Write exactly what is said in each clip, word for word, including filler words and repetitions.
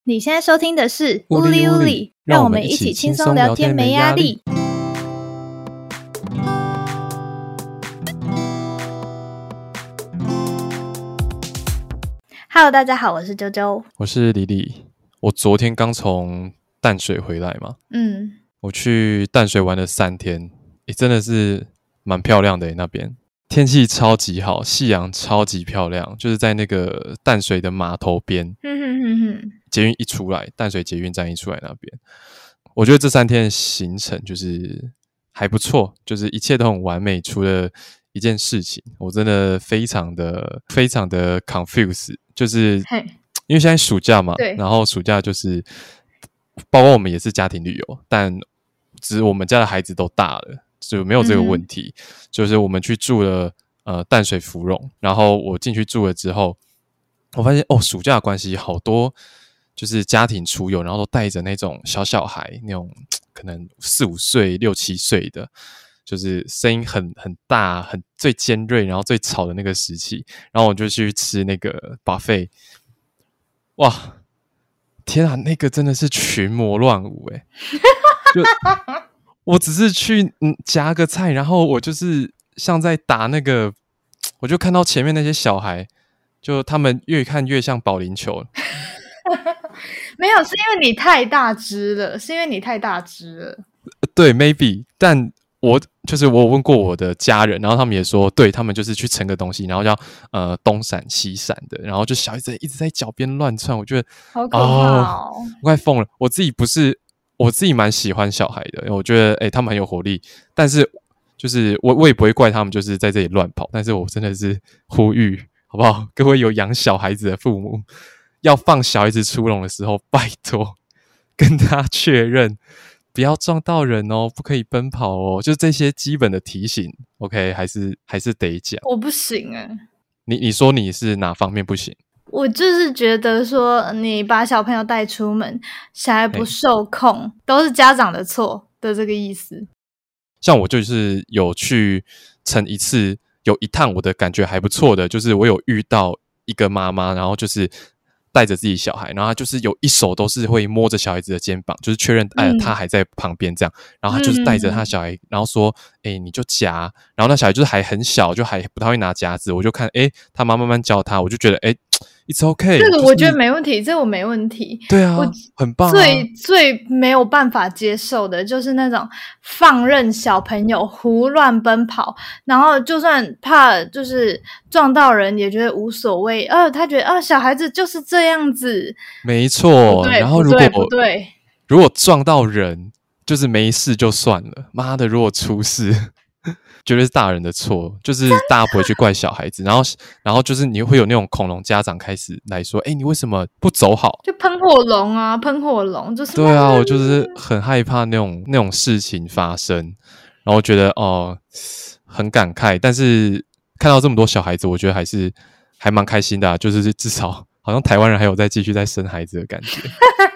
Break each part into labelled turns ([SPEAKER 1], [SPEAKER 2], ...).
[SPEAKER 1] 你现在收听的是
[SPEAKER 2] 乌里乌里，
[SPEAKER 1] 让我们一起轻松聊天，没压力。Hello， 大家好，我是啾啾，
[SPEAKER 2] 我是李李。我昨天刚从淡水回来嘛，嗯，我去淡水玩了三天，诶，真的是蛮漂亮的耶，那边天气超级好，夕阳超级漂亮，就是在那个淡水的码头边，哼哼哼哼，捷运一出来，淡水捷运站一出来那边，我觉得这三天的行程就是还不错，就是一切都很完美，除了一件事情，我真的非常的非常的 confuse， 就是因为现在暑假嘛，然后暑假就是包括我们也是家庭旅游，但只是我们家的孩子都大了，就没有这个问题。嗯、就是我们去住了呃淡水芙蓉，然后我进去住了之后，我发现哦，暑假的关系好多就是家庭出游，然后都带着那种小小孩，那种可能四五岁、六七岁的。就是声音很很大，很最尖锐，然后最吵的那个时期，然后我就去吃那个 buffet， 哇，天啊，那个真的是群魔乱舞诶、欸、就我只是去嗯夹个菜，然后我就是像在打那个，我就看到前面那些小孩，就他们越看越像保龄球。
[SPEAKER 1] 没有，是因为你太大只了，是因为你太大只了。
[SPEAKER 2] 对 ，maybe， 但。我就是我有问过我的家人，然后他们也说，对他们就是去盛个东西，然后要呃东闪西闪的，然后就小孩子一直在脚边乱窜，我觉得
[SPEAKER 1] 好可怕哦，
[SPEAKER 2] 哦我快疯了。我自己不是我自己蛮喜欢小孩的，因为我觉得哎、欸、他们很有活力，但是就是我我也不会怪他们，就是在这里乱跑，但是我真的是呼吁好不好，各位有养小孩子的父母，要放小孩子出笼的时候，拜托跟他确认。不要撞到人哦，不可以奔跑哦，就这些基本的提醒 ，OK， 还是还是得讲。
[SPEAKER 1] 我不行哎、欸，
[SPEAKER 2] 你你说你是哪方面不行？
[SPEAKER 1] 我就是觉得说，你把小朋友带出门，小孩不受控，都是家长的错的这个意思。
[SPEAKER 2] 像我就是有去乘一次，有一趟我的感觉还不错的，就是我有遇到一个妈妈，然后就是。带着自己小孩，然后他就是有一手都是会摸着小孩子的肩膀，就是确认哎、嗯，他还在旁边这样，然后他就是带着他小孩，嗯、然后说，哎，你就夹，然后那小孩就是还很小，就还不太会拿夹子，我就看，哎，他妈慢慢教他，我就觉得，哎 ，it's okay，
[SPEAKER 1] 这个我觉得没问题，就是、这个我没问题，
[SPEAKER 2] 对啊，我很棒、啊。
[SPEAKER 1] 最最没有办法接受的就是那种放任小朋友胡乱奔跑，然后就算怕就是撞到人也觉得无所谓，呃，他觉得啊、呃，小孩子就是这样子，
[SPEAKER 2] 没错。然后如果
[SPEAKER 1] 不对，
[SPEAKER 2] 如果撞到人，就是没事就算了，妈的，如果出事。绝对是大人的错，就是大家不会去怪小孩子，然后，然后就是你会有那种恐龙家长开始来说，哎，你为什么不走好？
[SPEAKER 1] 就喷火龙啊，喷火龙就是。
[SPEAKER 2] 对啊，我就是很害怕那种那种事情发生，然后觉得哦很感慨，但是看到这么多小孩子，我觉得还是还蛮开心的、啊，就是至少好像台湾人还有在继续在生孩子的感觉。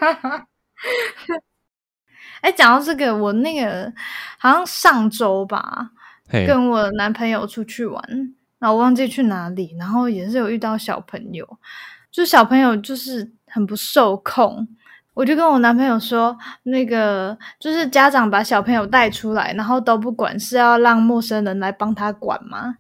[SPEAKER 1] 哎，讲到这个，我那个好像上周吧。Hey. 跟我男朋友出去玩，然后我忘记去哪里，然后也是有遇到小朋友，就小朋友就是很不受控，我就跟我男朋友说，那个就是家长把小朋友带出来，然后都不管，是要让陌生人来帮他管吗？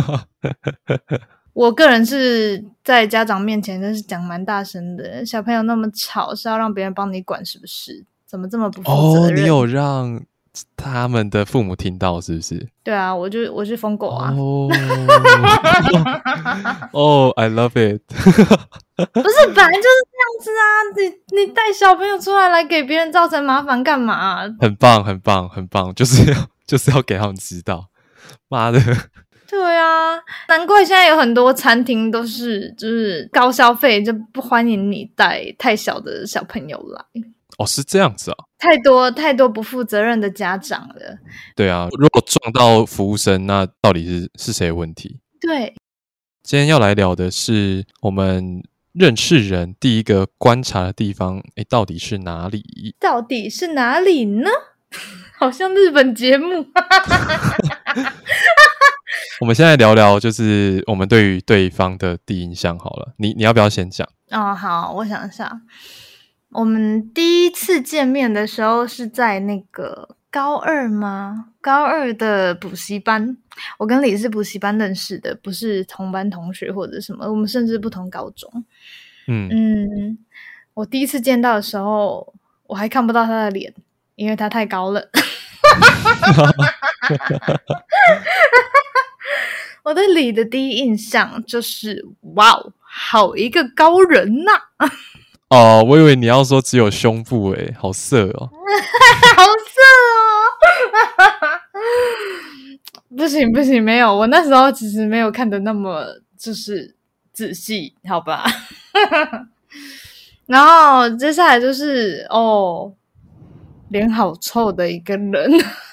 [SPEAKER 1] 我个人是在家长面前真是讲蛮大声的，小朋友那么吵，是要让别人帮你管是不是？怎么这么不负责任？
[SPEAKER 2] 哦，你有让他们的父母听到是不是？
[SPEAKER 1] 对啊，我就我是疯狗啊！
[SPEAKER 2] 哦、oh, ，I love it 。
[SPEAKER 1] 不是，本来就是这样子啊！你你带小朋友出来来给别人造成麻烦干嘛、啊？
[SPEAKER 2] 很棒，很棒，很棒，就是要就是要给他们知道，妈的！
[SPEAKER 1] 对啊，难怪现在有很多餐厅都是就是高消费，就不欢迎你带太小的小朋友来。
[SPEAKER 2] 哦，是这样子啊！
[SPEAKER 1] 太多太多不负责任的家长了。
[SPEAKER 2] 对啊，如果撞到服务生，那到底是是谁的问题？
[SPEAKER 1] 对，
[SPEAKER 2] 今天要来聊的是我们认识人第一个观察的地方，诶，到底是哪里？
[SPEAKER 1] 到底是哪里呢？好像日本节目。
[SPEAKER 2] 我们现在聊聊，就是我们对于对方的第一印象好了。你你要不要先讲？
[SPEAKER 1] 哦，好，我想一下。 我们第一次见面的时候是在那个高二吗？高二的补习班，我跟李是补习班认识的，不是同班同学或者什么，我们甚至不同高中。嗯嗯，我第一次见到的时候，我还看不到他的脸，因为他太高了。我对李的第一印象就是哇，好一个高人呐、啊！
[SPEAKER 2] 哦，我以为你要说只有胸部诶，好色哦，
[SPEAKER 1] 好色哦！不行不行，没有，我那时候其实没有看得那么就是仔细，好吧？然后接下来就是哦，脸好臭的一个人。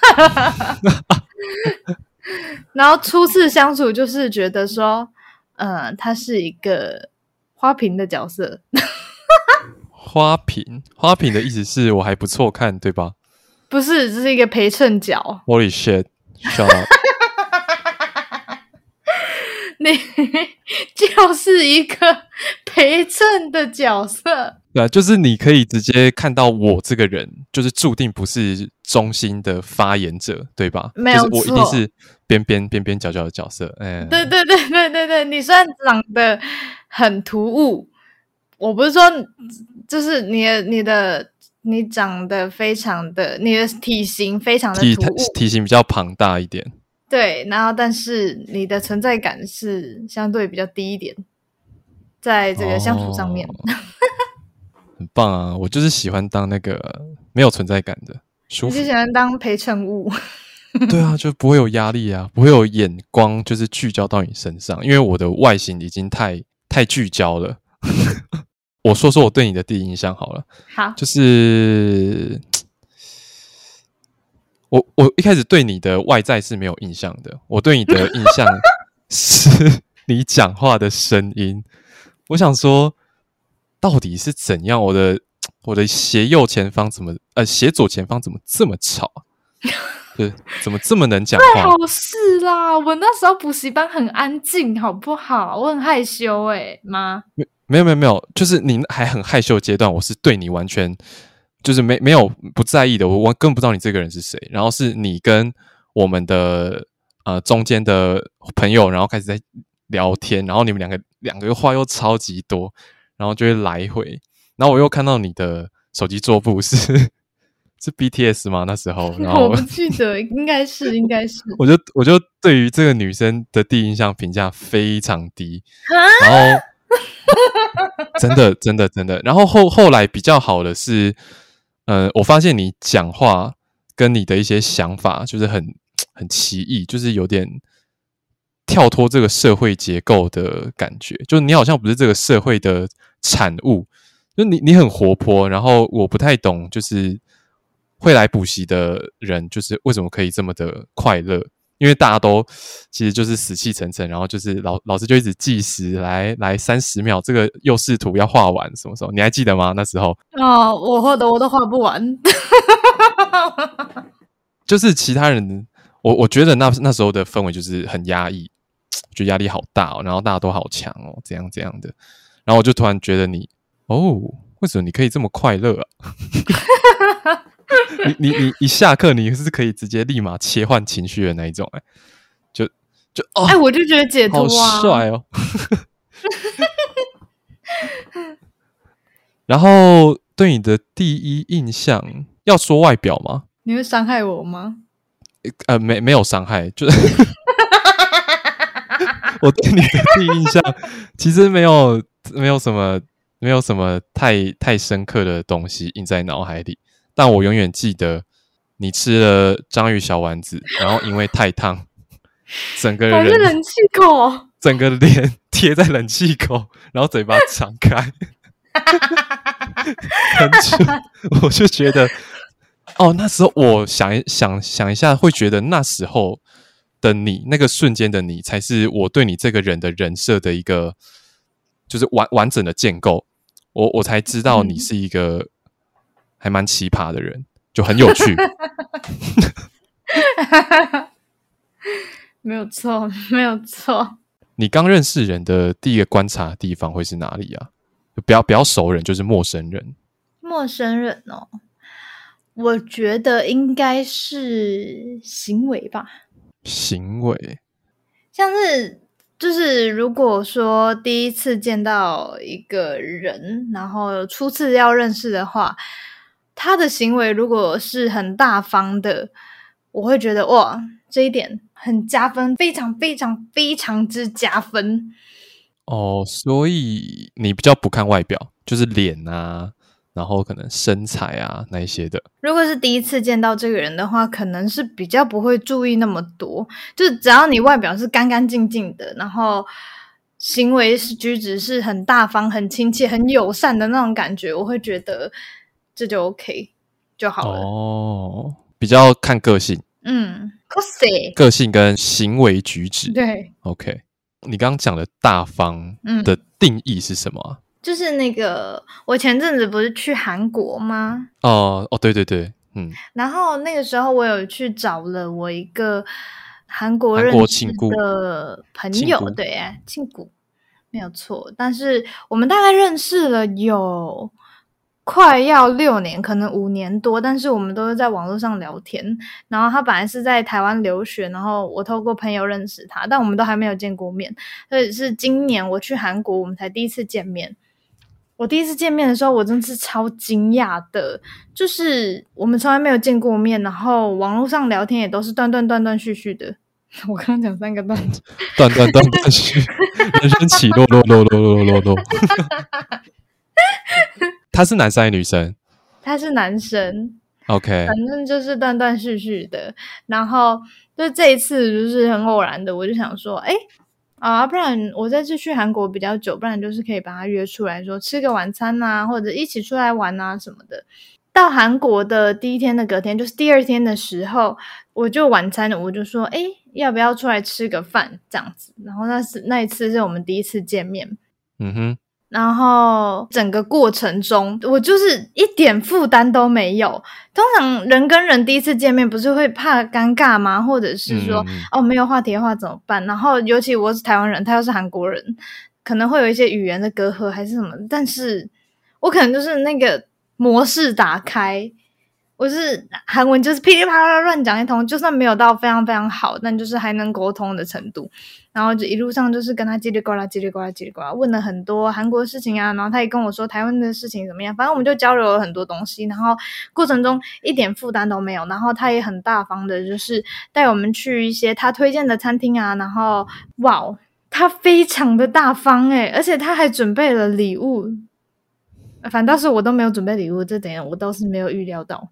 [SPEAKER 1] 然后初次相处就是觉得说，呃，他是一个花瓶的角色。
[SPEAKER 2] 花瓶，花瓶的意思是我还不错看，对吧？
[SPEAKER 1] 不是，这是一个陪衬角。
[SPEAKER 2] Holy shit! Shut up!
[SPEAKER 1] 你就是一个陪衬的角色。
[SPEAKER 2] 对啊，就是你可以直接看到我这个人，就是注定不是中心的发言者，对吧？
[SPEAKER 1] 没有错，
[SPEAKER 2] 就是我一定是边边边边角角的角色。嗯，
[SPEAKER 1] 对对对对对对，你虽然长得很突兀，我不是说就是你的你的你长得非常的，你的体型非常的突兀，
[SPEAKER 2] 体体型比较庞大一点。
[SPEAKER 1] 对，然后但是你的存在感是相对比较低一点，在这个相处上面。哦
[SPEAKER 2] 很棒啊！我就是喜欢当那个没有存在感的，舒服。
[SPEAKER 1] 你就喜欢当陪衬物。
[SPEAKER 2] 对啊，就不会有压力啊，不会有眼光就是聚焦到你身上，因为我的外形已经太太聚焦了。我说说我对你的第一印象好了，
[SPEAKER 1] 好，
[SPEAKER 2] 就是我我一开始对你的外在是没有印象的，我对你的印象是你讲话的声音。我想说，到底是怎样？我的我的斜右前方怎么呃斜左前方怎么这么吵啊？对，怎么这么能讲话？
[SPEAKER 1] 最好是啦，我那时候补习班很安静，好不好？我很害羞哎、欸，妈。
[SPEAKER 2] 没有没有没有，就是你还很害羞的阶段，我是对你完全就是没没有不在意的，我我根本不知道你这个人是谁。然后是你跟我们的呃中间的朋友，然后开始在聊天，然后你们两个两个话又超级多，然后就会来回。然后我又看到你的手机桌布是是 B T S 吗？那时候，然后
[SPEAKER 1] 我不记得，应该是应该是。
[SPEAKER 2] 我就我就对于这个女生的第一印象评价非常低，然后。真的，真的，真的。然后后后来比较好的是，呃，我发现你讲话跟你的一些想法就是很很奇异，就是有点跳脱这个社会结构的感觉。就你好像不是这个社会的产物，就你你很活泼，然后我不太懂，就是会来补习的人，就是为什么可以这么的快乐。因为大家都其实就是死气沉沉，然后就是老老师就一直计时，来来三十秒，这个幼视图要画完，什么时候？你还记得吗？那时候
[SPEAKER 1] 哦，我画的我都画不完，
[SPEAKER 2] 就是其他人，我我觉得那那时候的氛围就是很压抑，就压力好大哦，然后大家都好强哦，这样这样的，然后我就突然觉得你哦，为什么你可以这么快乐啊？你你你一下课你是可以直接立马切换情绪的那一种、欸，哎，就就哦，
[SPEAKER 1] 哎，我就觉得解脱啊，
[SPEAKER 2] 好帅哦。然后对你的第一印象，要说外表吗？
[SPEAKER 1] 你会伤害我吗？
[SPEAKER 2] 呃，没没有伤害，就是我对你的第一印象其实没有没有什么没有什么太太深刻的东西印在脑海里。但我永远记得你吃了章鱼小丸子，然后因为太烫，整个人
[SPEAKER 1] 是冷气口，
[SPEAKER 2] 整个脸贴在冷气口，然后嘴巴张开，很蠢。我就觉得，哦，那时候我想一想想一下，会觉得那时候的你，那个瞬间的你，才是我对你这个人的人设的一个，就是完完整的建构。我我才知道你是一个。嗯还蛮奇葩的人，就很有趣。
[SPEAKER 1] 没有错，没有错。
[SPEAKER 2] 你刚认识人的第一个观察的地方会是哪里啊？不要不要熟人，就是陌生人。
[SPEAKER 1] 陌生人哦，我觉得应该是行为吧。
[SPEAKER 2] 行为，
[SPEAKER 1] 像是就是如果说第一次见到一个人，然后初次要认识的话，他的行为如果是很大方的，我会觉得哇，这一点很加分，非常非常非常之加分。
[SPEAKER 2] 哦，所以你比较不看外表，就是脸啊，然后可能身材啊那一些的。
[SPEAKER 1] 如果是第一次见到这个人的话，可能是比较不会注意那么多，就是只要你外表是干干净净的，然后行为举止是很大方、很亲切、很友善的那种感觉，我会觉得这就 OK 就好了。
[SPEAKER 2] 哦，比较看个性。
[SPEAKER 1] 嗯，
[SPEAKER 2] 个性跟行为举止。
[SPEAKER 1] 对
[SPEAKER 2] ，OK。你刚刚讲的大方的定义是什么啊？
[SPEAKER 1] 嗯，就是那个我前阵子不是去韩国吗？
[SPEAKER 2] 哦哦，对对对，嗯。
[SPEAKER 1] 然后那个时候我有去找了我一个韩国认识的朋友，对，庆谷没有错。但是我们大概认识了有快要六年，可能五年多，但是我们都是在网络上聊天。然后他本来是在台湾留学，然后我透过朋友认识他，但我们都还没有见过面。所以是今年我去韩国，我们才第一次见面。我第一次见面的时候，我真是超惊讶的，就是我们从来没有见过面，然后网络上聊天也都是断断断断续续的。我刚刚讲三个断，
[SPEAKER 2] 断断断断续，人生起落落落落落落落。他是男生还是女生？
[SPEAKER 1] 他是男生。
[SPEAKER 2] OK，
[SPEAKER 1] 反正就是断断续续的。然后就这一次就是很偶然的，我就想说，哎啊，不然我这次去韩国比较久，不然就是可以把他约出来说吃个晚餐啊，或者一起出来玩啊什么的。到韩国的第一天的隔天，就是第二天的时候，我就晚餐我就说，哎，要不要出来吃个饭这样子？然后那是那一次是我们第一次见面。
[SPEAKER 2] 嗯哼。
[SPEAKER 1] 然后整个过程中我就是一点负担都没有。通常人跟人第一次见面不是会怕尴尬吗？或者是说、嗯、哦没有话题的话怎么办？然后尤其我是台湾人，他又是韩国人，可能会有一些语言的隔阂还是什么，但是我可能就是那个模式打开，我是韩文就是噼里啪啦乱讲一通，就算没有到非常非常好，但就是还能沟通的程度。然后就一路上就是跟他叽里呱啦叽里呱啦叽里呱啦问了很多韩国的事情啊，然后他也跟我说台湾的事情怎么样，反正我们就交流了很多东西，然后过程中一点负担都没有。然后他也很大方的就是带我们去一些他推荐的餐厅啊，然后哇他非常的大方诶，而且他还准备了礼物，反倒是我都没有准备礼物，这点我倒是没有预料到。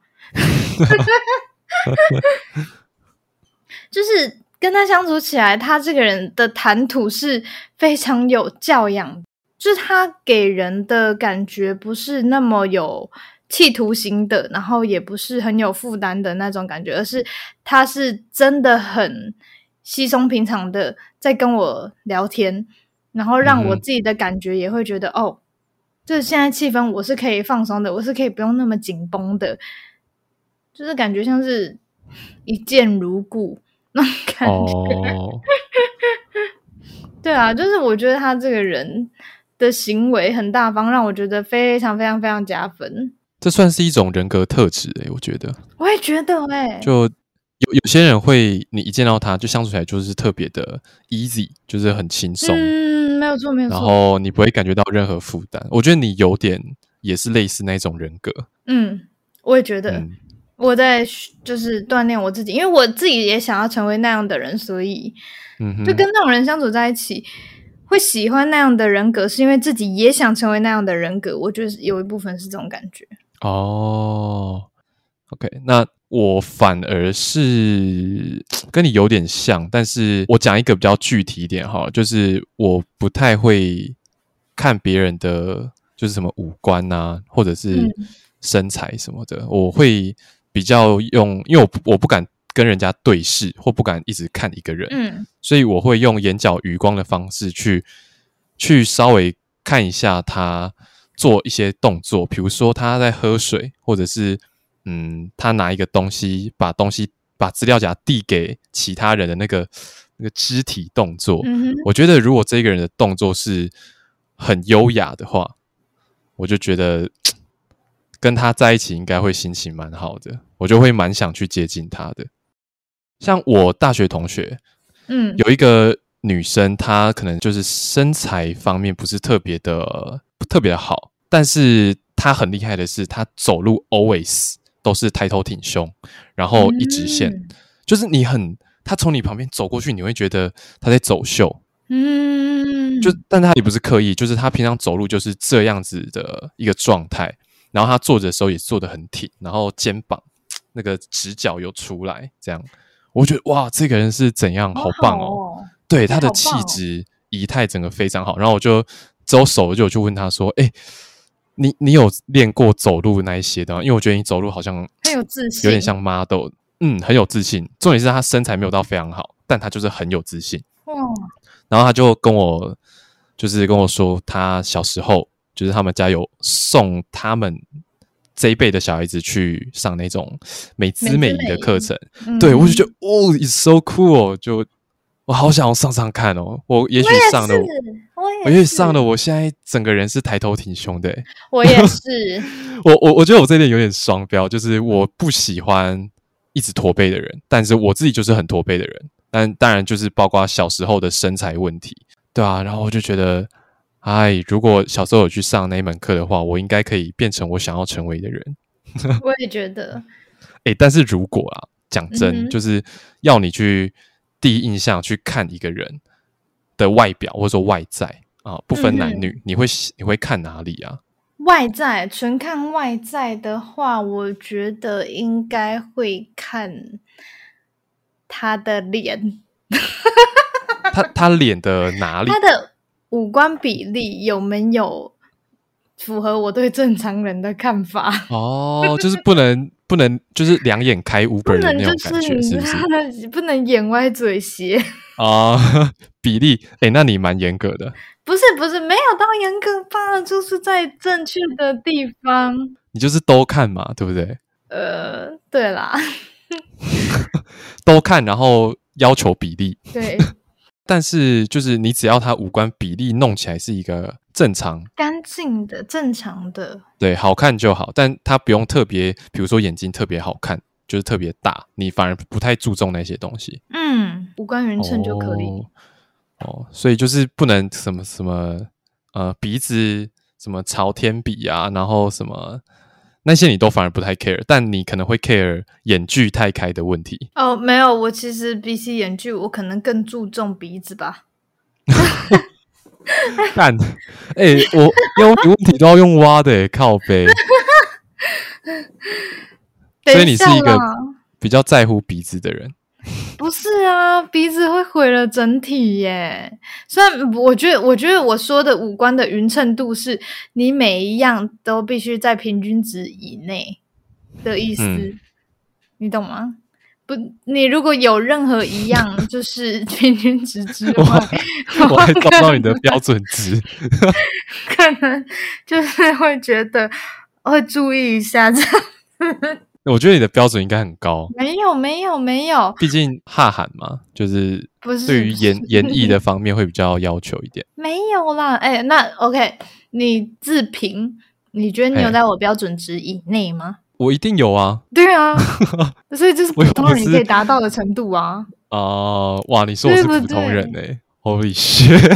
[SPEAKER 1] 就是跟他相处起来，他这个人的谈吐是非常有教养，就是他给人的感觉不是那么有企图心的，然后也不是很有负担的那种感觉，而是他是真的很稀松平常的在跟我聊天，然后让我自己的感觉也会觉得、嗯、哦，就是现在气氛我是可以放松的，我是可以不用那么紧绷的，就是感觉像是一见如故那种感觉、哦、对啊，就是我觉得他这个人的行为很大方，让我觉得非常非常非常加分。
[SPEAKER 2] 这算是一种人格特质诶、欸，我觉得。
[SPEAKER 1] 我也觉得诶、欸，
[SPEAKER 2] 就有有些人会，你一见到他就相处起来就是特别的 easy， 就是很轻松。
[SPEAKER 1] 嗯，没有错没有错。
[SPEAKER 2] 然后你不会感觉到任何负担。我觉得你有点也是类似那种人格。
[SPEAKER 1] 嗯，我也觉得。嗯，我在就是锻炼我自己，因为我自己也想要成为那样的人，所以就跟那种人相处在一起，会喜欢那样的人格，是因为自己也想成为那样的人格。我觉得有一部分是这种感觉。
[SPEAKER 2] 哦 ，OK， 那我反而是跟你有点像，但是我讲一个比较具体一点哈，就是我不太会看别人的就是什么五官啊，或者是身材什么的，嗯、我会比较用，因为我不我不敢跟人家对视，或不敢一直看一个人，嗯，所以我会用眼角余光的方式去去稍微看一下他做一些动作，比如说他在喝水，或者是嗯，他拿一个东西，把东西把资料夹递给其他人的那个那个肢体动作，嗯，我觉得如果这个人的动作是很优雅的话，我就觉得跟他在一起应该会心情蛮好的，我就会蛮想去接近他的。像我大学同学，嗯，有一个女生，她可能就是身材方面不是特别的不特别的好，但是她很厉害的是，她走路 always 都是抬头挺胸，然后一直线，嗯、就是你很，她从你旁边走过去，你会觉得她在走秀，嗯，就但她也不是刻意，就是她平常走路就是这样子的一个状态，然后她坐着的时候也坐得很挺，然后肩膀那个直角又出来，这样。我觉得哇，这个人是怎样，好棒哦！哦对，他的气质、仪态整个非常好。然后我就走手就去问他说：“哎、欸，你你有练过走路那一些的吗？因为我觉得你走路好像
[SPEAKER 1] 很有自信，
[SPEAKER 2] 有点像 model， 嗯，很有自信。重点是他身材没有到非常好，但他就是很有自信。哇！然后他就跟我就是跟我说，他小时候就是他们家有送他们。”这一辈的小孩子去上那种美姿美仪的课程，嗯、对我就觉得哦 ，it's so cool， 就我好想要上上看哦。我也许上了，我也, 我也许上了，我现在整个人是抬头挺胸的。
[SPEAKER 1] 我也是，
[SPEAKER 2] 我我我觉得我这一点有点双标，就是我不喜欢一直驼背的人，但是我自己就是很驼背的人。但当然就是包括小时候的身材问题，对啊，然后我就觉得。哎，如果小时候有去上那一门课的话，我应该可以变成我想要成为的人。
[SPEAKER 1] 我也觉得。
[SPEAKER 2] 哎，但是如果啊，讲真、嗯，就是要你去第一印象去看一个人的外表或者说外在啊，不分男女，嗯、你会你会看哪里啊？
[SPEAKER 1] 外在，纯看外在的话，我觉得应该会看他的脸。
[SPEAKER 2] 他他脸的哪里？
[SPEAKER 1] 他的。五官比例有没有符合我对正常人的看法？
[SPEAKER 2] 哦，就是不能不能，就是两眼开 Uber 的那种感觉，是不
[SPEAKER 1] 是？不能眼歪嘴斜
[SPEAKER 2] 啊、呃，比例，哎，那你蛮严格的。
[SPEAKER 1] 不是不是，没有到严格吧，就是在正确的地方。
[SPEAKER 2] 你就是都看嘛，对不对？
[SPEAKER 1] 呃，对啦，
[SPEAKER 2] 都看，然后要求比例，
[SPEAKER 1] 对。
[SPEAKER 2] 但是就是你只要他五官比例弄起来是一个正常
[SPEAKER 1] 干净的正常的，
[SPEAKER 2] 对，好看就好，但他不用特别比如说眼睛特别好看，就是特别大，你反而不太注重那些东西。
[SPEAKER 1] 嗯，五官匀称就可以。
[SPEAKER 2] 哦，哦，所以就是不能什么什么呃鼻子什么朝天比啊，然后什么那些你都反而不太 care， 但你可能会 care 眼距太开的问题。
[SPEAKER 1] 哦，没有，我其实比起眼距，我可能更注重鼻子吧。
[SPEAKER 2] 干，哎、欸，我用问题都要用挖的、欸，靠北。所以你是一个比较在乎鼻子的人。
[SPEAKER 1] 不是啊，鼻子会毁了整体耶。虽然我觉得，我觉得我说的五官的匀称度是你每一样都必须在平均值以内的意思，嗯、你懂吗？不，你如果有任何一样就是平均值之外，
[SPEAKER 2] 我, 我还找不到你的标准值，
[SPEAKER 1] 可能就是会觉得会注意一下这样。
[SPEAKER 2] 我觉得你的标准应该很高。
[SPEAKER 1] 没有没有没有，
[SPEAKER 2] 毕竟哈韩嘛，就是对于演演绎的方面会比较要求一点。
[SPEAKER 1] 没有啦，哎、欸，那 OK， 你自评，你觉得你有在我标准值以内吗？
[SPEAKER 2] 我一定有啊。
[SPEAKER 1] 对啊，所以这是普通人可以达到的程度啊。
[SPEAKER 2] 哦、呃，哇，你说我是普通人哎、欸、，Holy shit！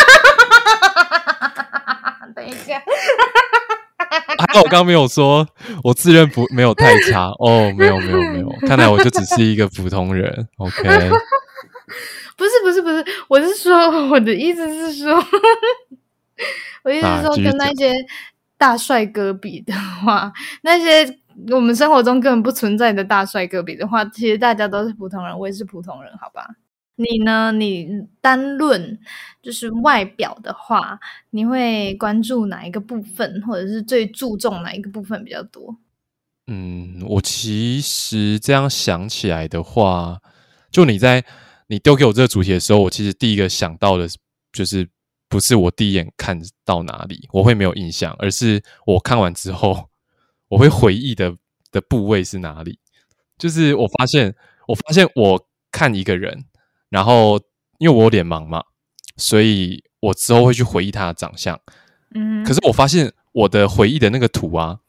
[SPEAKER 1] 等一下。
[SPEAKER 2] 还好我刚刚没有说我自认不没有太差哦，没有没有没有，看来我就只是一个普通人。OK，
[SPEAKER 1] 不是不是不是，我是说我的意思是说，我意思是说跟那些大帅哥比的话，那些我们生活中根本不存在的大帅哥比的话，其实大家都是普通人，我也是普通人，好吧？你呢？你单论就是外表的话，你会关注哪一个部分，或者是最注重哪一个部分比较多？
[SPEAKER 2] 嗯，我其实这样想起来的话，就你在你丢给我这个主题的时候，我其实第一个想到的就是不是我第一眼看到哪里我会没有印象，而是我看完之后我会回忆的的部位是哪里。就是我发现，我发现我看一个人。然后，因为我有脸盲嘛，所以我之后会去回忆他的长相。嗯，可是我发现我的回忆的那个图啊，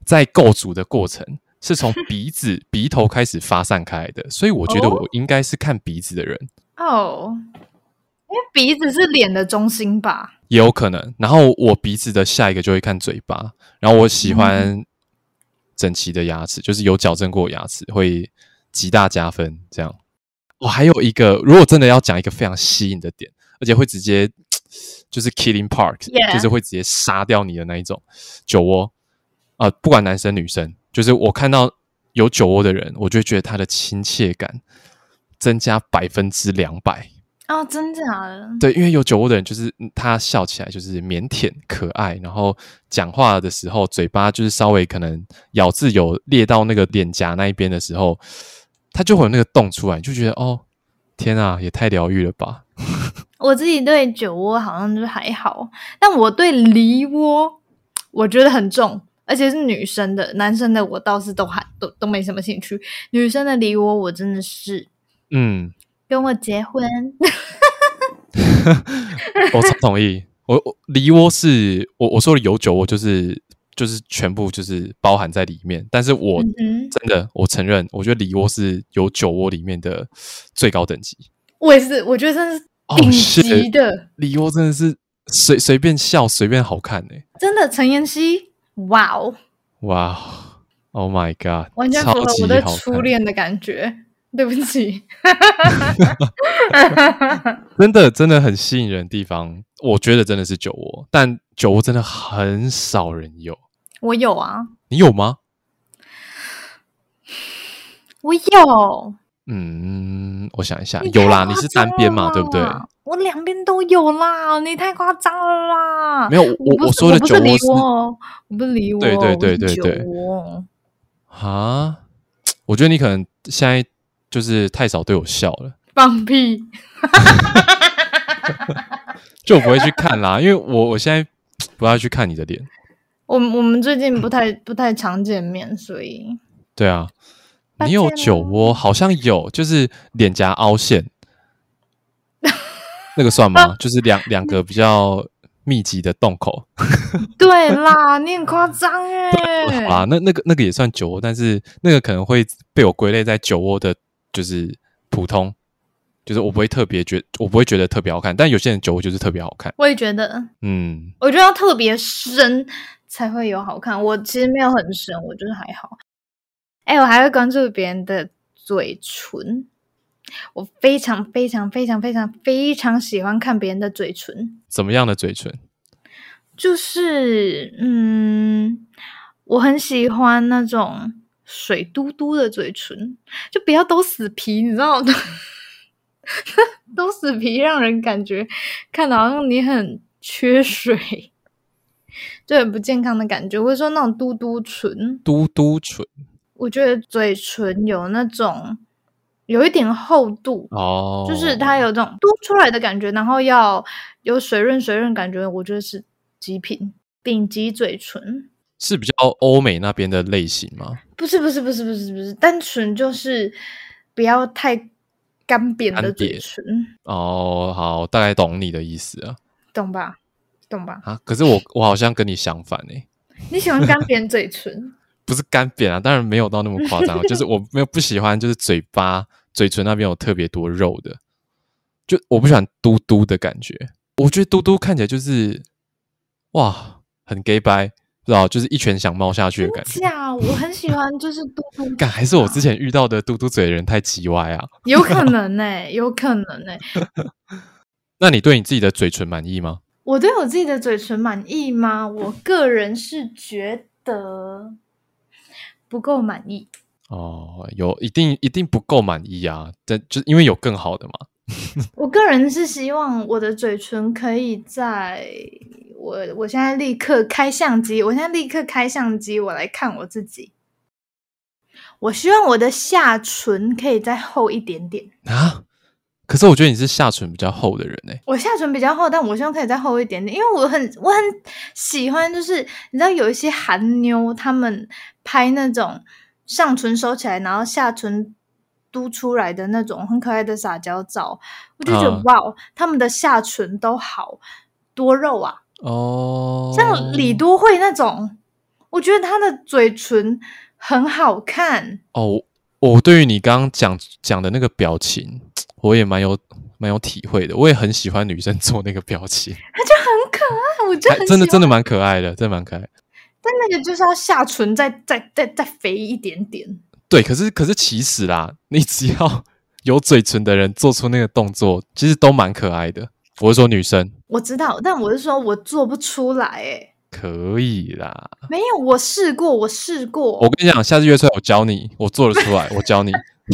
[SPEAKER 2] 在构筑的过程是从鼻子鼻头开始发散开来的，所以我觉得我应该是看鼻子的人。
[SPEAKER 1] 哦，因为鼻子是脸的中心吧？
[SPEAKER 2] 也有可能。然后我鼻子的下一个就会看嘴巴，然后我喜欢整齐的牙齿，嗯、就是有矫正过的牙齿会极大加分。这样，我、哦、还有一个，如果真的要讲一个非常吸引的点，而且会直接就是 killing part，、yeah. 就是会直接杀掉你的那一种酒窝。呃，不管男生女生，就是我看到有酒窝的人，我就会觉得他的亲切感增加百分之两百。
[SPEAKER 1] 哦，真假的？
[SPEAKER 2] 对，因为有酒窝的人，就是他笑起来就是腼腆可爱，然后讲话的时候嘴巴就是稍微可能咬字有裂到那个脸颊那一边的时候，他就会有那个洞出来，就觉得哦，天啊，也太疗愈了吧。
[SPEAKER 1] 我自己对酒窝好像就是还好，但我对梨窝我觉得很重，而且是女生的，男生的我倒是都还都都没什么兴趣。女生的梨窝我真的是，嗯，跟我结婚。
[SPEAKER 2] 我超同意。我我梨窝是我我说的有酒窝，就是就是全部就是包含在里面。但是我、嗯、真的我承认，我觉得梨窝是有酒窝里面的最高等级。
[SPEAKER 1] 我也是，我觉得真是顶级的。
[SPEAKER 2] 哦、梨窝真的是随随便笑随便好看哎，
[SPEAKER 1] 真的。陈妍希，哇哦
[SPEAKER 2] 哇 ，Oh my god，
[SPEAKER 1] 完全符合我的初恋的感觉。对不起。
[SPEAKER 2] 真的真的很吸引人的地方，我觉得真的是酒窝，但酒窝真的很少人有。
[SPEAKER 1] 我有啊。
[SPEAKER 2] 你有吗？
[SPEAKER 1] 我有。
[SPEAKER 2] 嗯，我想一下，有啦，你是单边嘛，对不对？
[SPEAKER 1] 我两边都有啦，你太夸张了啦！
[SPEAKER 2] 没有，我我说的酒窝是，
[SPEAKER 1] 我不是梨窝，
[SPEAKER 2] 对对对对对，啊，我觉得你可能现在就是太少对我笑了。
[SPEAKER 1] 放屁！
[SPEAKER 2] 就我不会去看啦，因为我我现在不要去看你的脸。
[SPEAKER 1] 我我们最近不太不太常见面，所以
[SPEAKER 2] 对啊，你有酒窝，好像有，就是脸颊凹陷，那个算吗？就是两两个比较密集的洞口。
[SPEAKER 1] 对啦，你很夸张哎。
[SPEAKER 2] 好啦，那那个那个也算酒窝，但是那个可能会被我归类在酒窝的，就是普通，就是我不会特别觉，我不会觉得特别好看，但有些人酒窝就是特别好看。
[SPEAKER 1] 我也觉得，嗯，我觉得要特别深才会有好看。我其实没有很深，我就是还好。哎、欸，我还会关注别人的嘴唇，我非常非常非常非常非常喜欢看别人的嘴唇。
[SPEAKER 2] 怎么样的嘴唇？
[SPEAKER 1] 就是嗯，我很喜欢那种水嘟嘟的嘴唇，就不要都死皮，你知道吗？都死皮让人感觉看到好像你很缺水，就很不健康的感觉。或者说那种嘟嘟唇，
[SPEAKER 2] 嘟嘟唇，
[SPEAKER 1] 我觉得嘴唇有那种有一点厚度哦，就是它有这种嘟出来的感觉，然后要有水润水润感觉，我觉得是极品顶级嘴唇。
[SPEAKER 2] 是比较欧美那边的类型吗？
[SPEAKER 1] 不是不是不是不是不是，单纯就是不要太干扁的嘴唇。
[SPEAKER 2] 哦，好，大概懂你的意思啊，
[SPEAKER 1] 懂吧？懂吧？
[SPEAKER 2] 啊，可是我我好像跟你相反欸。
[SPEAKER 1] 你喜欢干扁嘴唇？
[SPEAKER 2] 不是干扁啊，当然没有到那么夸张，就是我没有不喜欢，就是嘴巴、嘴唇那边有特别多肉的，就我不喜欢嘟嘟的感觉。我觉得嘟嘟看起来就是哇，很 gay 掰。不知道，就是一拳想冒下去的感觉。
[SPEAKER 1] 真假？我很喜欢，就是嘟嘟。
[SPEAKER 2] 干，还是我之前遇到的嘟嘟嘴的人太鸡歪啊？
[SPEAKER 1] 有可能哎、欸，有可能哎、欸。
[SPEAKER 2] 那你对你自己的嘴唇满意吗？
[SPEAKER 1] 我对我自己的嘴唇满意吗？我个人是觉得不够满意。
[SPEAKER 2] 哦，有一定一定不够满意啊！但就因为有更好的嘛。
[SPEAKER 1] 我个人是希望我的嘴唇可以在我我现在立刻开相机，我现在立刻开相机，我来看我自己。我希望我的下唇可以再厚一点点
[SPEAKER 2] 啊！可是我觉得你是下唇比较厚的人欸。
[SPEAKER 1] 我下唇比较厚，但我希望可以再厚一点点，因为我很我很喜欢，就是你知道有一些韩妞他们拍那种上唇收起来，然后下唇嘟出来的那种很可爱的撒娇照，我就觉得、嗯、哇，他们的下唇都好多肉啊！哦，像李多慧那种， 我觉得他的嘴唇很好看
[SPEAKER 2] 哦。我对于你刚刚讲讲的那个表情，我也蛮有蛮有体会的。我也很喜欢女生做那个表情，
[SPEAKER 1] 他就很可爱，我就很喜欢
[SPEAKER 2] 真的真的蛮可爱的，真的蛮可爱的。
[SPEAKER 1] 但那个就是要下唇再再再再肥一点点。
[SPEAKER 2] 对，可是可是其实啦，你只要有嘴唇的人做出那个动作，其实都蛮可爱的。我是说女生，
[SPEAKER 1] 我知道，但我是说我做不出来诶。
[SPEAKER 2] 可以啦，
[SPEAKER 1] 没有，我试过，我试过。
[SPEAKER 2] 我跟你讲，下次约出来我教你，我做得出来，我教你。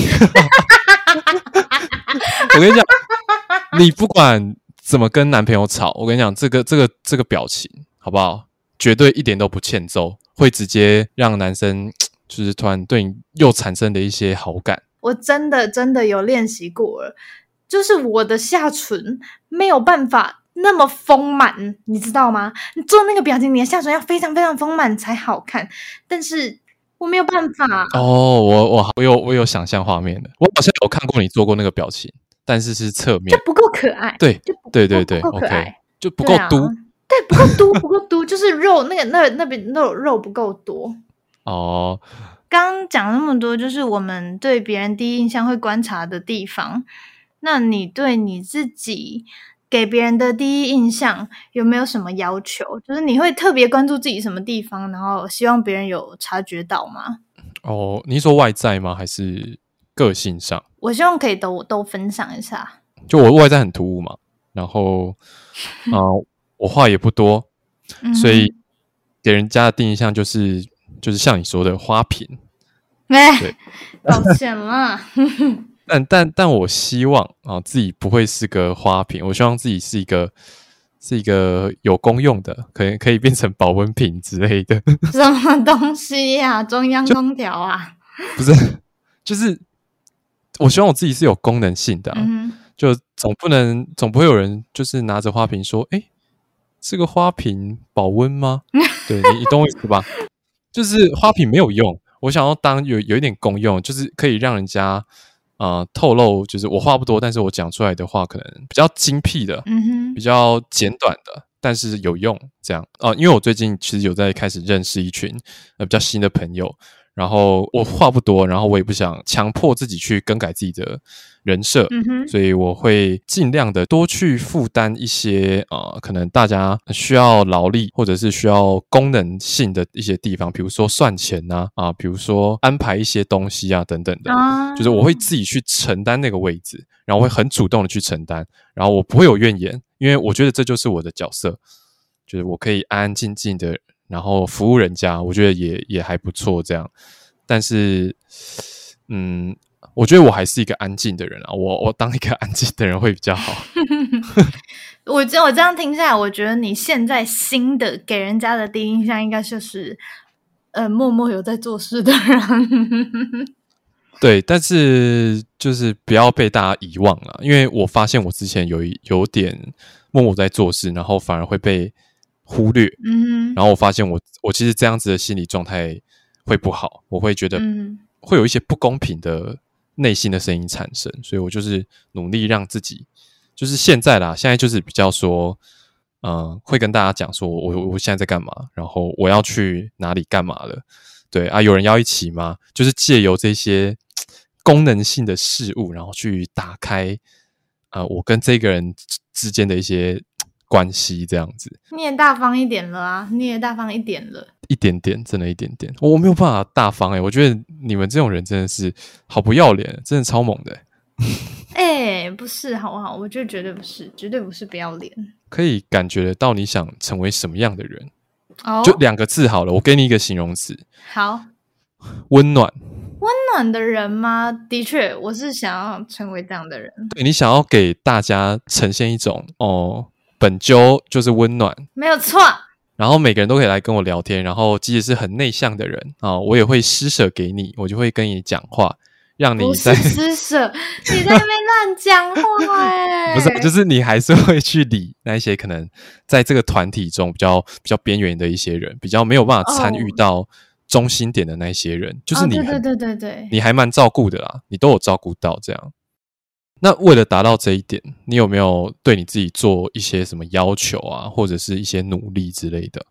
[SPEAKER 2] 我跟你讲，你不管怎么跟男朋友吵，我跟你讲，这个这个这个表情好不好？绝对一点都不欠揍，会直接让男生就是突然对你又产生的一些好感。
[SPEAKER 1] 我真的真的有练习过了，就是我的下唇没有办法那么丰满，你知道吗？你做那个表情，你的下唇要非常非常丰满才好看，但是我没有办法。
[SPEAKER 2] 哦，我我我有我有想象画面的，我好像有看过你做过那个表情，但是是侧面，
[SPEAKER 1] 就不够可爱。
[SPEAKER 2] 对，
[SPEAKER 1] 就
[SPEAKER 2] 对对对，
[SPEAKER 1] 不够可爱，
[SPEAKER 2] okay, 就不够嘟。
[SPEAKER 1] 对，不够嘟，不够嘟，就是肉那个那那边肉肉不够多。
[SPEAKER 2] 哦，
[SPEAKER 1] 刚刚讲那么多，就是我们对别人第一印象会观察的地方。那你对你自己给别人的第一印象有没有什么要求？就是你会特别关注自己什么地方，然后希望别人有察觉到吗？
[SPEAKER 2] 哦，你说外在吗？还是个性上？
[SPEAKER 1] 我希望可以都都分享一下。
[SPEAKER 2] 就我外在很突兀嘛，然后啊、呃，我话也不多，嗯、所以给人家的第一印象就是就是像你说的花瓶。
[SPEAKER 1] 哎、欸，抱歉啦。
[SPEAKER 2] 但但但我希望啊、呃，自己不会是个花瓶，我希望自己是一个是一个有功用的，可能可以变成保温瓶之类的。
[SPEAKER 1] 什么东西呀、啊？中央空调啊？
[SPEAKER 2] 不是，就是我希望我自己是有功能性的、啊嗯，就总不能总不会有人就是拿着花瓶说，哎，这个花瓶保温吗？对，你你懂我意思吧？就是花瓶没有用，我想要当有有一点功用，就是可以让人家呃透露，就是我话不多，但是我讲出来的话可能比较精辟的，嗯哼，比较简短的，但是有用这样啊、呃。因为我最近其实有在开始认识一群呃比较新的朋友。然后我话不多，然后我也不想强迫自己去更改自己的人设、嗯、所以我会尽量的多去负担一些呃，可能大家需要劳力或者是需要功能性的一些地方，比如说算钱啊，啊比如说安排一些东西啊等等的、啊、就是我会自己去承担那个位置，然后我会很主动的去承担，然后我不会有怨言，因为我觉得这就是我的角色，就是我可以安安静静的然后服务人家，我觉得也也还不错这样。但是嗯，我觉得我还是一个安静的人啊，我我当一个安静的人会比较好。
[SPEAKER 1] 我我这样听下来，我觉得你现在新的给人家的第一印象应该就是呃默默有在做事的人。
[SPEAKER 2] 对，但是就是不要被大家遗忘了，因为我发现我之前有有点默默在做事，然后反而会被忽略，嗯，然后我发现我我其实这样子的心理状态会不好，我会觉得会有一些不公平的内心的声音产生，所以我就是努力让自己，就是现在啦，现在就是比较说，呃，会跟大家讲说我我现在在干嘛，然后我要去哪里干嘛了，对啊，有人要一起吗？就是借由这些功能性的事物，然后去打开呃我跟这个人之间的一些关系这样子。
[SPEAKER 1] 你也大方一点了啊，你也大方一点了，
[SPEAKER 2] 一点点，真的一点点，我没有办法大方欸，我觉得你们这种人真的是好不要脸，真的超猛的
[SPEAKER 1] 欸。欸，不是好不好？我觉得绝对不是，绝对不是不要脸。
[SPEAKER 2] 可以感觉得到你想成为什么样的人。哦，就两个字好了，我给你一个形容词。
[SPEAKER 1] 好，
[SPEAKER 2] 温暖。
[SPEAKER 1] 温暖的人吗？的确，我是想要成为这样的人。
[SPEAKER 2] 对，你想要给大家呈现一种哦，本就就是温暖，
[SPEAKER 1] 没有错。
[SPEAKER 2] 然后每个人都可以来跟我聊天，然后即使是很内向的人啊、哦，我也会施舍给你，我就会跟你讲话，让你在
[SPEAKER 1] 不是施舍，你在那边乱讲话哎、欸，
[SPEAKER 2] 不是，就是你还是会去理那一些可能在这个团体中比较比较边缘的一些人，比较没有办法参与到中心点的那一些人，哦、就是你、哦，
[SPEAKER 1] 对对对对对，
[SPEAKER 2] 你还蛮照顾的啦，你都有照顾到这样。那为了达到这一点，你有没有对你自己做一些什么要求啊，或者是一些努力之类的？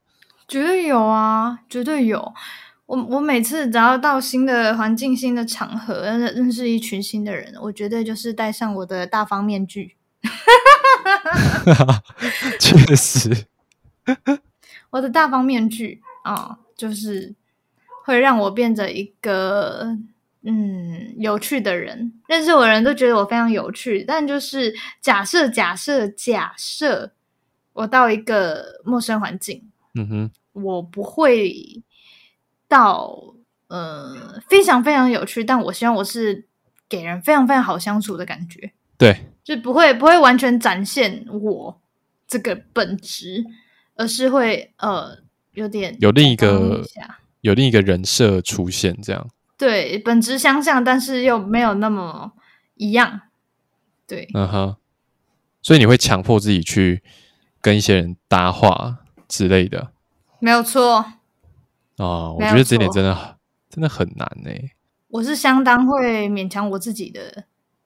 [SPEAKER 1] 绝对有啊，绝对有。我我每次只要到新的环境、新的场合，认识一群新的人，我绝对就是戴上我的大方面具。
[SPEAKER 2] 确实，
[SPEAKER 1] 我的大方面具啊、哦，就是会让我变成一个嗯有趣的人。认识我的人都觉得我非常有趣，但就是假设假设假设我到一个陌生环境，
[SPEAKER 2] 嗯哼，
[SPEAKER 1] 我不会到呃非常非常有趣，但我希望我是给人非常非常好相处的感觉。
[SPEAKER 2] 对，
[SPEAKER 1] 就不会不会完全展现我这个本质，而是会呃有点
[SPEAKER 2] 有另一个有另一个人设出现，这样。
[SPEAKER 1] 对，本质相像，但是又没有那么一样。对，
[SPEAKER 2] 嗯哼，所以你会强迫自己去跟一些人搭话之类的。
[SPEAKER 1] 没有错。
[SPEAKER 2] 哦，我觉得这点真的真的很难呢、欸。
[SPEAKER 1] 我是相当会勉强我自己的。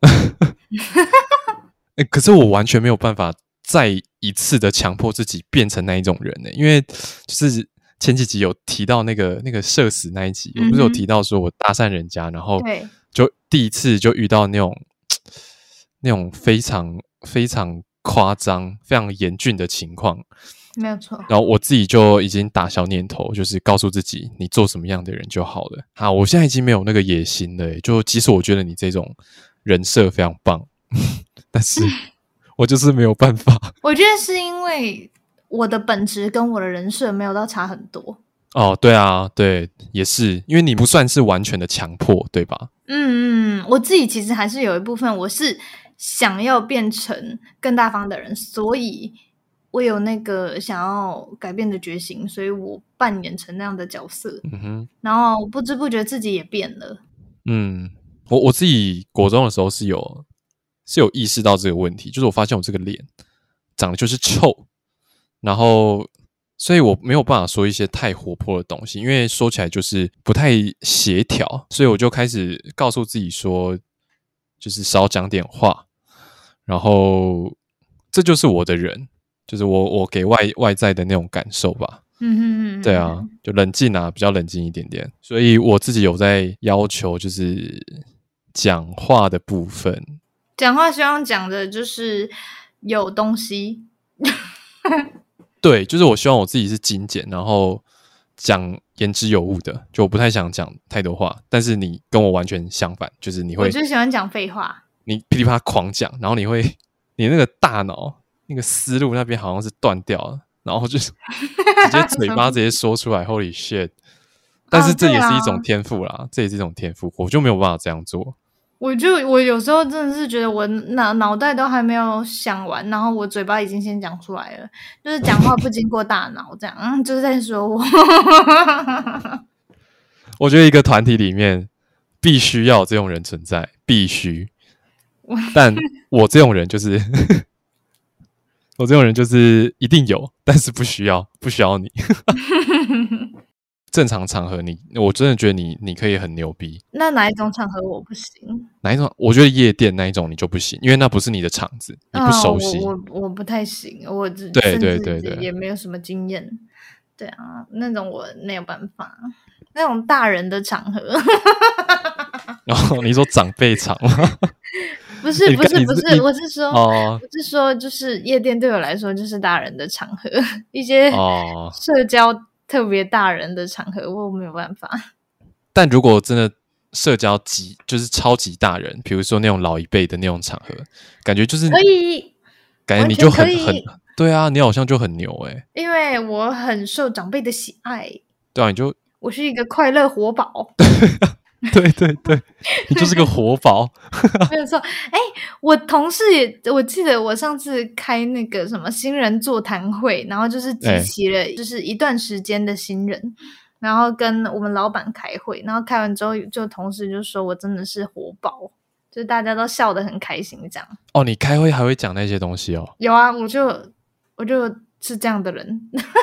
[SPEAKER 2] 欸、可是我完全没有办法再一次的强迫自己变成那一种人呢、欸，因为就是前几集有提到那个那个社死那一集，嗯、我不是有提到说我搭讪人家，然后就第一次就遇到那种那种非常非常夸张、非常严峻的情况。
[SPEAKER 1] 没有错，
[SPEAKER 2] 然后我自己就已经打消念头，就是告诉自己，你做什么样的人就好了。好，我现在已经没有那个野心了、欸，就即使我觉得你这种人设非常棒，但是我就是没有办法。
[SPEAKER 1] 我觉得是因为我的本质跟我的人设没有到差很多。
[SPEAKER 2] 哦，对啊，对，也是，因为你不算是完全的强迫，对吧？
[SPEAKER 1] 嗯嗯，我自己其实还是有一部分，我是想要变成更大方的人，所以我有那个想要改变的决心，所以我扮演成那样的角色。
[SPEAKER 2] 嗯哼，
[SPEAKER 1] 然后不知不觉自己也变了。
[SPEAKER 2] 嗯，我我自己国中的时候是有是有意识到这个问题，就是我发现我这个脸长得就是臭，然后所以我没有办法说一些太活泼的东西，因为说起来就是不太协调，所以我就开始告诉自己说，就是少讲点话，然后这就是我的人。就是我我给外外在的那种感受吧，
[SPEAKER 1] 嗯哼嗯，
[SPEAKER 2] 对啊，就冷静啊，比较冷静一点点。所以我自己有在要求，就是讲话的部分，
[SPEAKER 1] 讲话希望讲的就是有东西。
[SPEAKER 2] 对，就是我希望我自己是精简，然后讲言之有物的，就我不太想讲太多话。但是你跟我完全相反，就是你会，
[SPEAKER 1] 我就喜欢讲废话，
[SPEAKER 2] 你噼里啪啦狂讲，然后你会，你那个大脑。那个思路那边好像是断掉了，然后就是直接嘴巴直接说出来，Holy shit！ 但是这也是一种天赋啦，哦、这也是一种天赋，我就没有办法这样做。
[SPEAKER 1] 我就我有时候真的是觉得我脑脑袋都还没有想完，然后我嘴巴已经先讲出来了，就是讲话不经过大脑，这样，嗯，就是在说我。
[SPEAKER 2] 我觉得一个团体里面必须要有这种人存在，必须。但我这种人就是。我这种人就是一定有，但是不需要，不需要你。正常场合你，我真的觉得你，你可以很牛逼。
[SPEAKER 1] 那哪一种场合我不行？
[SPEAKER 2] 哪一种？我觉得夜店那一种你就不行，因为那不是你的场子，你不熟悉。
[SPEAKER 1] 哦、我我我不太行，我对
[SPEAKER 2] 对对对，
[SPEAKER 1] 也没有什么经验。对啊，那种我没有办法。那种大人的场合。
[SPEAKER 2] 然后、哦、你说长辈场吗？
[SPEAKER 1] 不是不是不是，我是说，
[SPEAKER 2] 哦、
[SPEAKER 1] 我是说，就是夜店对我来说就是大人的场合，一些社交特别大人的场合，我没有办法。
[SPEAKER 2] 但如果真的社交极就是超级大人，比如说那种老一辈的那种场合，感觉就是
[SPEAKER 1] 可以，
[SPEAKER 2] 感觉你就很很对啊，你好像就很牛哎、欸，
[SPEAKER 1] 因为我很受长辈的喜爱。
[SPEAKER 2] 对啊，你就
[SPEAKER 1] 我是一个快乐活宝。
[SPEAKER 2] 对对对，你就是个活宝。
[SPEAKER 1] 没有错。哎，我同事也，我记得我上次开那个什么新人座谈会，然后就是集齐了就是一段时间的新人，然后跟我们老板开会，然后开完之后就同事就说我真的是活宝，就大家都笑得很开心这样。
[SPEAKER 2] 哦，你开会还会讲那些东西哦？
[SPEAKER 1] 有啊，我就我就是这样的人。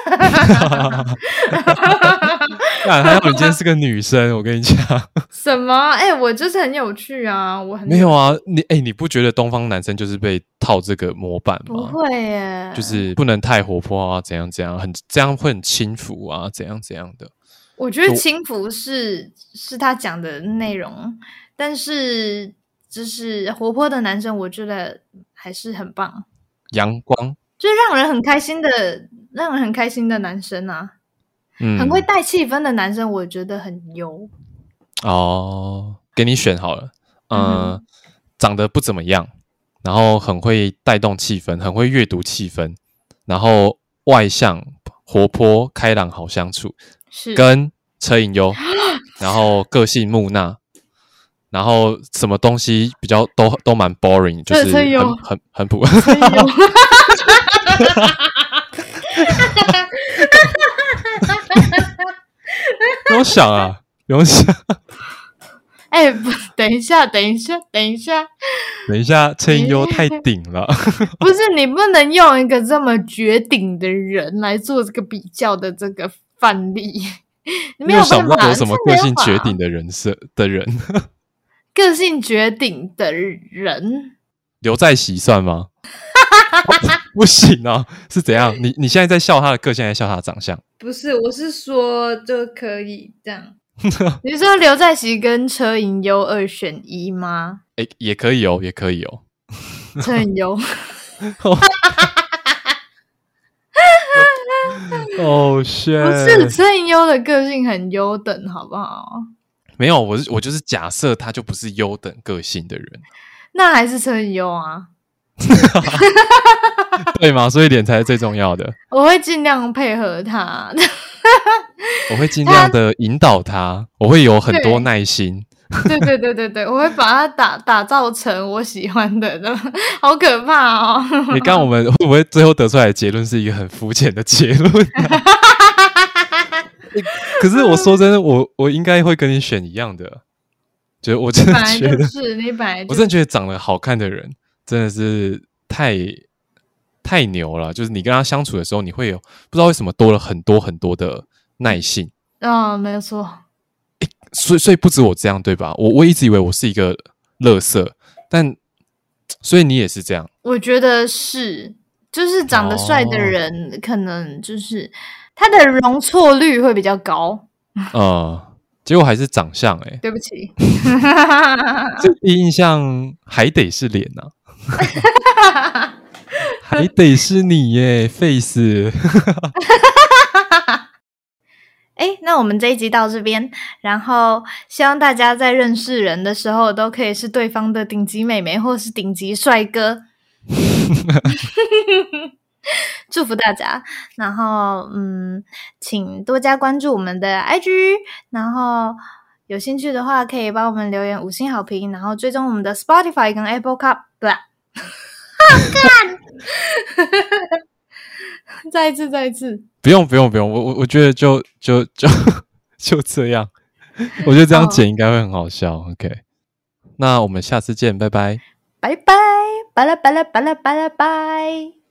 [SPEAKER 2] 还好你今天是个女生，我跟你讲。
[SPEAKER 1] 什么？哎、欸，我就是很有趣啊，我很
[SPEAKER 2] 没有啊，你哎、欸，你不觉得东方男生就是被套这个模板吗？
[SPEAKER 1] 不会耶，
[SPEAKER 2] 就是不能太活泼啊，怎样怎样，很这样会很轻浮啊，怎样怎样的。
[SPEAKER 1] 我觉得轻浮是是他讲的内容，但是就是活泼的男生，我觉得还是很棒，
[SPEAKER 2] 阳光，
[SPEAKER 1] 就是让人很开心的，让人很开心的男生啊，嗯，很会带气氛的男生，我觉得很优。
[SPEAKER 2] 哦，给你选好了，呃、嗯，长得不怎么样，然后很会带动气氛，很会阅读气氛，然后外向、活泼、开朗、好相处。
[SPEAKER 1] 是
[SPEAKER 2] 跟车银优，然后个性木讷，然后什么东西比较都都蛮 boring， 就是很很很普。不用想啊，不用想。
[SPEAKER 1] 哎、欸，不，等一下，等一下，等一下，
[SPEAKER 2] 等一下，车银优太顶了。
[SPEAKER 1] 不是，你不能用一个这么绝顶的人来做这个比较的这个范例。你没有
[SPEAKER 2] 想不到有什么个性绝顶的人设的人。
[SPEAKER 1] 个性绝顶的人，
[SPEAKER 2] 刘在熙算吗？不行啊，是怎样？你你现在在笑他的个性，还是笑他的长相？
[SPEAKER 1] 不是，我是说就可以这样。你说刘在熙跟车银优二选一吗？
[SPEAKER 2] 欸，也可以哦，也可以哦。
[SPEAKER 1] 车银优。
[SPEAKER 2] 哦shit！
[SPEAKER 1] 不是，车银优的个性很优等，好不好？
[SPEAKER 2] 没有，我是我就是假设他就不是优等个性的人，
[SPEAKER 1] 那还是车银优啊。
[SPEAKER 2] 对吗？所以脸才是最重要的。
[SPEAKER 1] 我会尽量配合他。
[SPEAKER 2] 我会尽量的引导他，我会有很多耐心。
[SPEAKER 1] 对对对对对，我会把它打打造成我喜欢的，好可怕哦！
[SPEAKER 2] 你刚我们会不会最后得出来的结论是一个很肤浅的结论、啊？可是我说真的，我我应该会跟你选一样的，就我真的觉得
[SPEAKER 1] 是你本来、就是、
[SPEAKER 2] 我真的觉得长得好看的人真的是太太牛了，就是你跟他相处的时候，你会有不知道为什么多了很多很多的耐性。
[SPEAKER 1] 嗯、哦，没有错。
[SPEAKER 2] 所以，所以不止我这样，对吧？我我一直以为我是一个垃圾，但所以你也是这样。
[SPEAKER 1] 我觉得是，就是长得帅的人，哦、可能就是他的容错率会比较高。
[SPEAKER 2] 呃，结果还是长相哎、欸，
[SPEAKER 1] 对不起，
[SPEAKER 2] 这第一印象还得是脸呐、啊，还得是你耶 ，face。
[SPEAKER 1] 哎，那我们这一集到这边，然后希望大家在认识人的时候都可以是对方的顶级美眉或是顶级帅哥。祝福大家，然后嗯，请多加关注我们的 I G， 然后有兴趣的话可以帮我们留言五星好评，然后追踪我们的 Spotify 跟 Apple Cup， 对吧？干再一次，再一次。
[SPEAKER 2] 不用，不用，不用，我我我觉得就就就就这样，我觉得这样剪应该会很好笑。Oh. OK， 那我们下次见，拜拜，
[SPEAKER 1] 拜拜，巴拉巴拉巴拉巴拉拜。